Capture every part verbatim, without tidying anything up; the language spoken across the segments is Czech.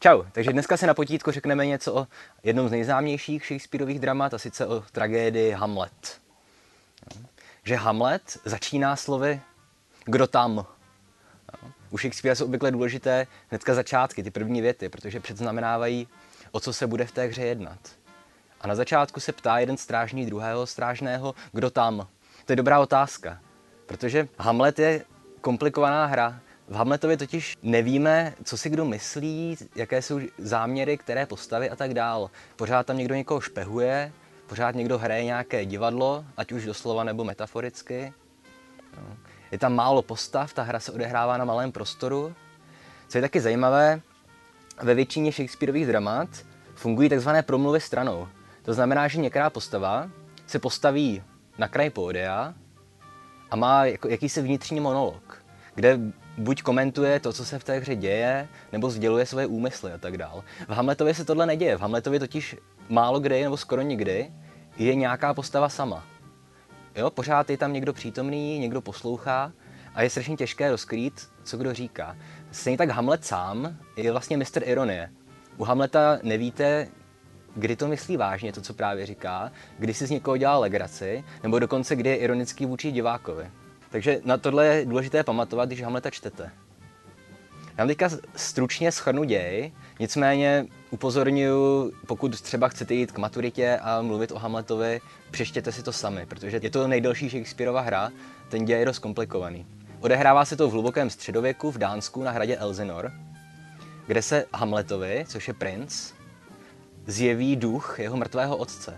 Čau, takže dneska si na potítko řekneme něco o jednom z nejznámějších Shakespearových dramat, a sice o tragédii Hamlet. Že Hamlet začíná slovy kdo tam. U Shakespearea jsou obvykle důležité hnedka začátky, ty první věty, protože předznamenávají, o co se bude v té hře jednat. A na začátku se ptá jeden strážník druhého strážného, kdo tam. To je dobrá otázka, protože Hamlet je komplikovaná hra. V Hamletovi totiž nevíme, co si kdo myslí, jaké jsou záměry, které postavy a tak dál. Pořád tam někdo někoho špehuje, pořád někdo hraje nějaké divadlo, ať už doslova nebo metaforicky. Je tam málo postav, ta hra se odehrává na malém prostoru. Co je taky zajímavé, ve většině Shakespearových dramat fungují takzvané promluvy stranou. To znamená, že některá postava se postaví na kraji pódia a má jako jakýsi vnitřní monolog, kde buď komentuje to, co se v té hře děje, nebo sděluje svoje úmysly a tak dál. V Hamletově se tohle neděje. V Hamletově totiž málo kdy, nebo skoro nikdy, je nějaká postava sama. Jo, pořád je tam někdo přítomný, někdo poslouchá a je strašně těžké rozkrýt, co kdo říká. Stejně tak Hamlet sám je vlastně mistr ironie. U Hamleta nevíte, kdy to myslí vážně, to, co právě říká, kdy si z někoho dělá legraci, nebo dokonce kdy je ironický vůči divákovi. Takže na tohle je důležité pamatovat, když Hamleta čtete. Já vám teďka stručně shrnu děj, nicméně upozorňuji, pokud třeba chcete jít k maturitě a mluvit o Hamletovi, přečtěte si to sami, protože je to nejdelší Shakespearova hra, ten děj je dost komplikovaný. Odehrává se to v hlubokém středověku v Dánsku na hradě Elsinor, kde se Hamletovi, což je princ, zjeví duch jeho mrtvého otce.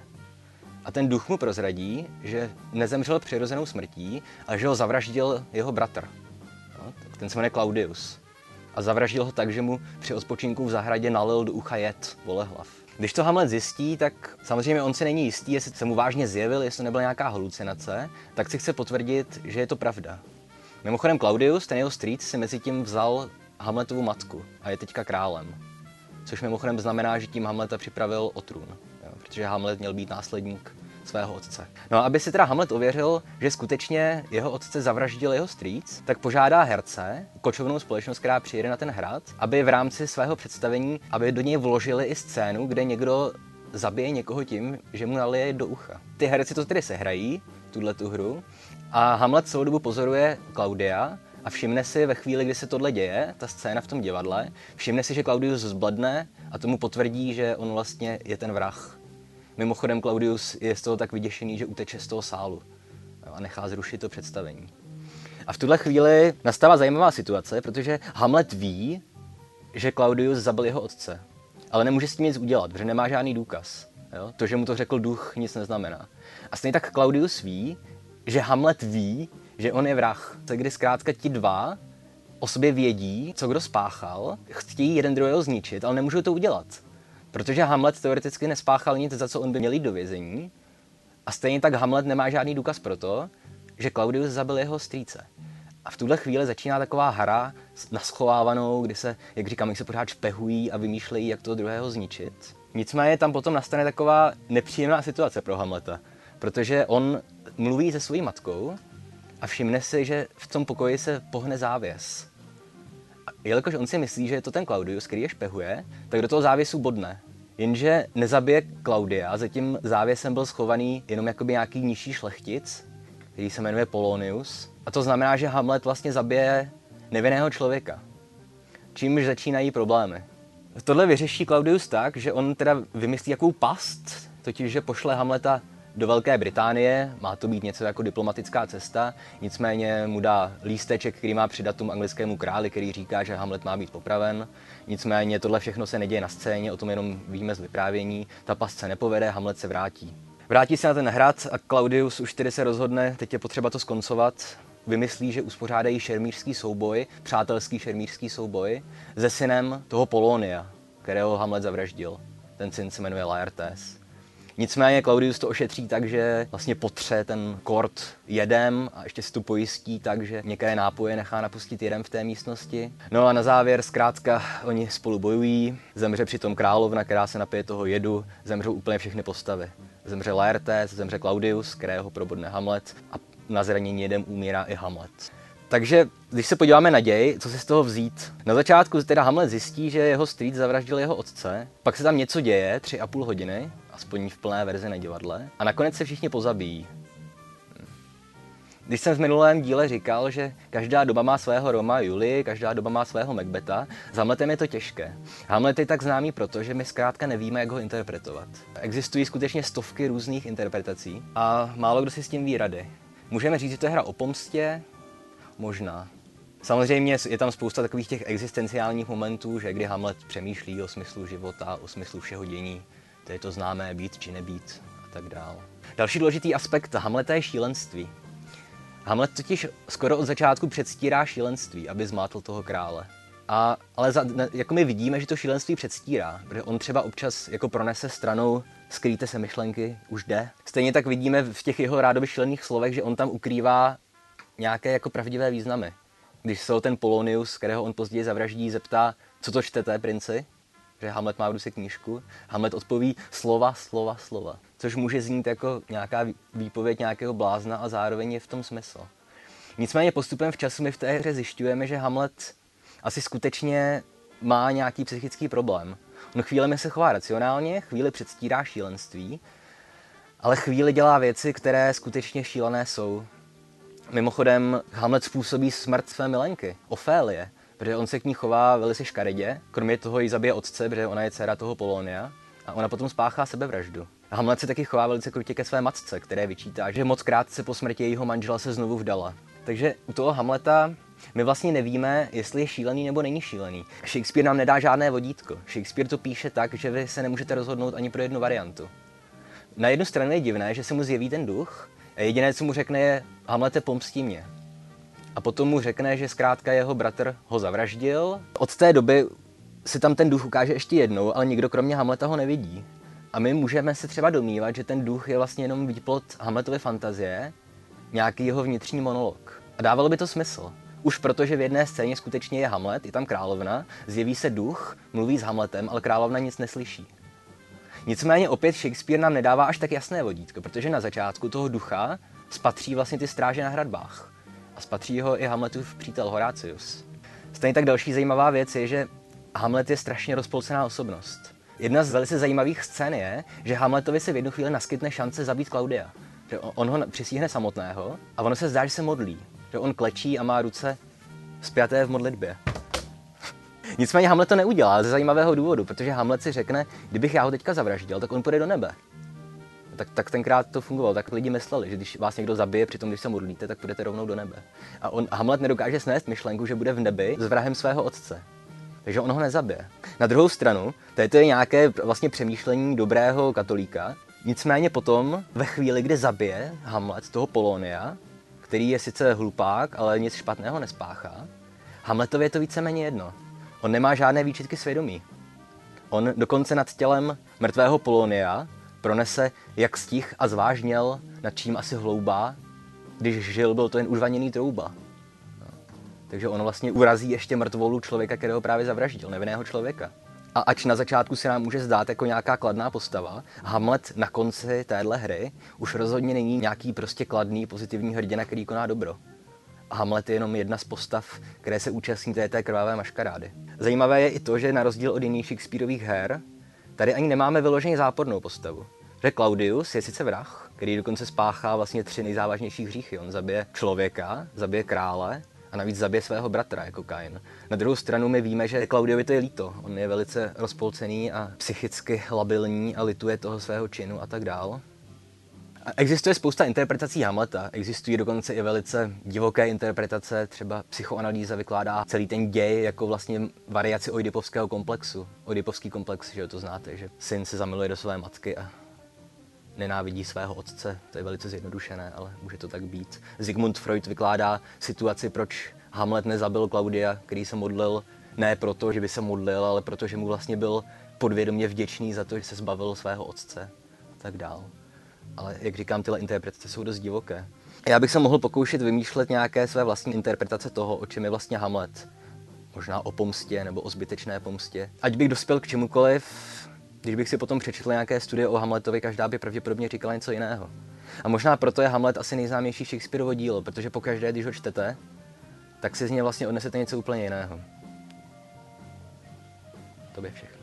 A ten duch mu prozradí, že nezemřel přirozenou smrtí, ale že ho zavraždil jeho bratr. No, ten se jmenuje Claudius. A zavraždil ho tak, že mu při odpočinku v zahradě nalil do ucha jed, bolehlav. Když to Hamlet zjistí, tak samozřejmě on si není jistý, jestli se mu vážně zjevil, jestli to nebyla nějaká halucinace, tak si chce potvrdit, že je to pravda. Mimochodem Claudius, ten jeho strýc, si mezi tím vzal Hamletovu matku a je teďka králem. Což mimochodem znamená, že tím Hamleta připravil o trůn, jo, protože Hamlet měl být následník svého otce. No a aby si teda Hamlet ověřil, že skutečně jeho otce zavraždil jeho strýc, tak požádá herce, kočovnou společnost, která přijede na ten hrad, aby v rámci svého představení, aby do něj vložili i scénu, kde někdo zabije někoho tím, že mu nalije do ucha. Ty herci to tedy sehrají, tuhletu hru, a Hamlet celou dobu pozoruje Claudia a všimne si ve chvíli, kdy se tohle děje, ta scéna v tom divadle, všimne si, že Claudius zbledne a tomu potvrdí, že on vlastně je ten vrah. Mimochodem Claudius je z toho tak vyděšený, že uteče z toho sálu a nechá zrušit to představení. A v tuhle chvíli nastává zajímavá situace, protože Hamlet ví, že Claudius zabil jeho otce, ale nemůže s tím nic udělat, protože nemá žádný důkaz. Jo? To, že mu to řekl duch, nic neznamená. A stejně tak Claudius ví, že Hamlet ví, že on je vrah. Tak kdy zkrátka ti dva o sobě vědí, co kdo spáchal, chtějí jeden druhého zničit, ale nemůžou to udělat. Protože Hamlet teoreticky nespáchal nic, za co on by měl jít do vězení. A stejně tak Hamlet nemá žádný důkaz pro to, že Claudius zabil jeho strýce. A v tuhle chvíli začíná taková hra naschovávanou, kdy se, jak říkám, se pořád špehují a vymýšlejí, jak toho druhého zničit. Nicméně tam potom nastane taková nepříjemná situace pro Hamleta, protože on mluví se svojí matkou a všimne si, že v tom pokoji se pohne závěs. A jelikož on si myslí, že je to ten Claudius, který je špehuje, tak do toho závěsu bodne. Jenže nezabije Claudia, za tím závěsem byl schovaný jenom jakoby nějaký nižší šlechtic, který se jmenuje Polonius. A to znamená, že Hamlet vlastně zabije nevinného člověka. Čímž začínají problémy. Tohle vyřeší Claudius tak, že on teda vymyslí jakou past, totiž že pošle Hamleta do Velké Británie, má to být něco jako diplomatická cesta, nicméně mu dá lísteček, který má přidat tomu anglickému králi, který říká, že Hamlet má být popraven. Nicméně tohle všechno se neděje na scéně, o tom jenom víme z vyprávění, ta past se nepovede, Hamlet se vrátí. Vrátí se na ten hrad a Claudius už tedy se rozhodne, teď je potřeba to skoncovat, vymyslí, že uspořádají šermířský souboj, přátelský šermířský souboj, se synem toho Polonia, kterého Hamlet zavraždil. Ten syn se jmenuje Laertes. Nicméně Claudius to ošetří tak, že vlastně potře ten kort jedem a ještě si to pojistí tak, že některé nápoje nechá napustit jedem v té místnosti. No a na závěr zkrátka oni spolu bojují, zemře přitom královna, která se napije toho jedu, zemřou úplně všechny postavy. Zemře Laertes, zemře Claudius, kterého probodne Hamlet a na zranění jedem umírá i Hamlet. Takže když se podíváme na děj, co si z toho vzít? Na začátku teda Hamlet zjistí, že jeho strýc zavraždil jeho otce, pak se tam něco děje, tři a půl hodiny, aspoň v plné verzi na divadle, a nakonec se všichni pozabijí. Když jsem v minulém díle říkal, že každá doba má svého Roma a Julii, každá doba má svého Macbetha, s Hamletem je to těžké. Hamlet je tak známý proto, že my zkrátka nevíme, jak ho interpretovat. Existují skutečně stovky různých interpretací a málo kdo si s tím ví rady. Můžeme říct, že to je hra o pomstě? Možná. Samozřejmě je tam spousta takových těch existenciálních momentů, že kdy Hamlet přemýšlí o smyslu života, o smyslu všeho dění, to je to známé být či nebýt a tak dál. Další důležitý aspekt Hamleta je šílenství. Hamlet totiž skoro od začátku předstírá šílenství, aby zmátl toho krále. A, ale za, ne, jako my vidíme, že to šílenství předstírá, protože on třeba občas jako pronese stranou skrýte se myšlenky, už jde. Stejně tak vidíme v těch jeho rádoby šílených slovech, že on tam ukrývá nějaké jako pravdivé významy. Když se ho ten Polonius, kterého on později zavraždí, zeptá, co to čtete, princi? Že Hamlet má v ruce knížku. Hamlet odpoví slova, slova, slova. Což může znít jako nějaká výpověď nějakého blázna a zároveň je v tom smysl. Nicméně postupem v času my v té hře zjišťujeme, že Hamlet asi skutečně má nějaký psychický problém. On chvíli se chová racionálně, chvíli předstírá šílenství, ale chvíli dělá věci, které skutečně šílené jsou. Mimochodem, Hamlet způsobí smrt své milenky, Ofélie, protože on se k ní chová velice škaredě, kromě toho jí zabije otce, protože ona je dcera toho Polonia, a ona potom spáchá sebevraždu. Hamlet se taky chová velice krutě ke své matce, které vyčítá, že moc krátce po smrti jejího manžela se znovu vdala. Takže u toho Hamleta my vlastně nevíme, jestli je šílený nebo není šílený. Shakespeare nám nedá žádné vodítko. Shakespeare to píše tak, že vy se nemůžete rozhodnout ani pro jednu variantu. Na jednu stranu je divné, že se mu zjeví ten duch a jediné, co mu řekne, je Hamlete, pomstí mě. A potom mu řekne, že zkrátka jeho bratr ho zavraždil. Od té doby si tam ten duch ukáže ještě jednou, ale nikdo kromě Hamleta ho nevidí. A my můžeme se třeba domnívat, že ten duch je vlastně jenom výplod Hamletovy fantazie, nějaký jeho vnitřní monolog. A dávalo by to smysl. Už protože v jedné scéně skutečně je Hamlet, je tam královna, zjeví se duch, mluví s Hamletem, ale královna nic neslyší. Nicméně opět Shakespeare nám nedává až tak jasné vodítko, protože na začátku toho ducha spatří vlastně ty stráže na hradbách. A spatří ho i Hamletův přítel Horácius. Stejně tak další zajímavá věc je, že Hamlet je strašně rozpolcená osobnost. Jedna z velice zajímavých scén je, že Hamletovi se v jednu chvíli naskytne šance zabít Klaudia. Že on ho přisíhne samotného a ono se zdá, že se modlí. Že on klečí a má ruce spjaté v modlitbě. Nicméně Hamlet to neudělá ze zajímavého důvodu, protože Hamlet si řekne, kdybych já ho teďka zavraždil, tak on půjde do nebe. Tak, tak tenkrát to fungovalo, tak lidi mysleli, že když vás někdo zabije, přitom když se modlíte, tak půjdete rovnou do nebe. A on, Hamlet nedokáže snést myšlenku, že bude v nebi s vrahem svého otce. Takže on ho nezabije. Na druhou stranu, to je, to je nějaké vlastně přemýšlení dobrého katolíka, nicméně potom, ve chvíli, kdy zabije Hamlet toho Polonia, který je sice hlupák, ale nic špatného nespáchá, Hamletovi je to víceméně jedno. On nemá žádné výčitky svědomí. On dokonce nad tělem mrtvého Polonia pronese, jak stih a zvážněl, nad čím asi hloubá. Když žil, byl to jen užvaněný trouba. No. Takže on vlastně urazí ještě mrtvolu člověka, kterého právě zavraždil, nevinného člověka. A ač na začátku se nám může zdát jako nějaká kladná postava, Hamlet na konci téhle hry už rozhodně není nějaký prostě kladný, pozitivní hrdina, který koná dobro. A Hamlet je jenom jedna z postav, které se účastní té, té krvavé maškarády. Zajímavé je i to, že na rozdíl od jiných Shakespeareových her, tady ani nemáme vyloženě zápornou postavu. Že Claudius je sice vrah, který dokonce spáchá vlastně tři nejzávažnější hříchy. On zabije člověka, zabije krále a navíc zabije svého bratra jako Kain. Na druhou stranu my víme, že Claudiovi to je líto. On je velice rozpolcený a psychicky labilní a lituje toho svého činu a tak dál. A existuje spousta interpretací Hamleta, existují dokonce i velice divoké interpretace, třeba psychoanalýza vykládá celý ten děj jako vlastně variaci oidipovského komplexu. Oidipovský komplex, že to znáte, že syn se zamiluje do své matky a nenávidí svého otce, to je velice zjednodušené, ale může to tak být. Sigmund Freud vykládá situaci, proč Hamlet nezabil Klaudia, který se modlil ne proto, že by se modlil, ale proto, že mu vlastně byl podvědomě vděčný za to, že se zbavil svého otce a tak dál. Ale jak říkám, tyhle interpretace jsou dost divoké. Já bych se mohl pokoušet vymýšlet nějaké své vlastní interpretace toho, o čem je vlastně Hamlet. Možná o pomstě nebo o zbytečné pomstě. Ať bych dospěl k čemukoliv, když bych si potom přečetl nějaké studie o Hamletovi, každá by pravděpodobně říkala něco jiného. A možná proto je Hamlet asi nejznámější Shakespearovo dílo, protože pokaždé, když ho čtete, tak si z něj vlastně odnesete něco úplně jiného. To by všechno.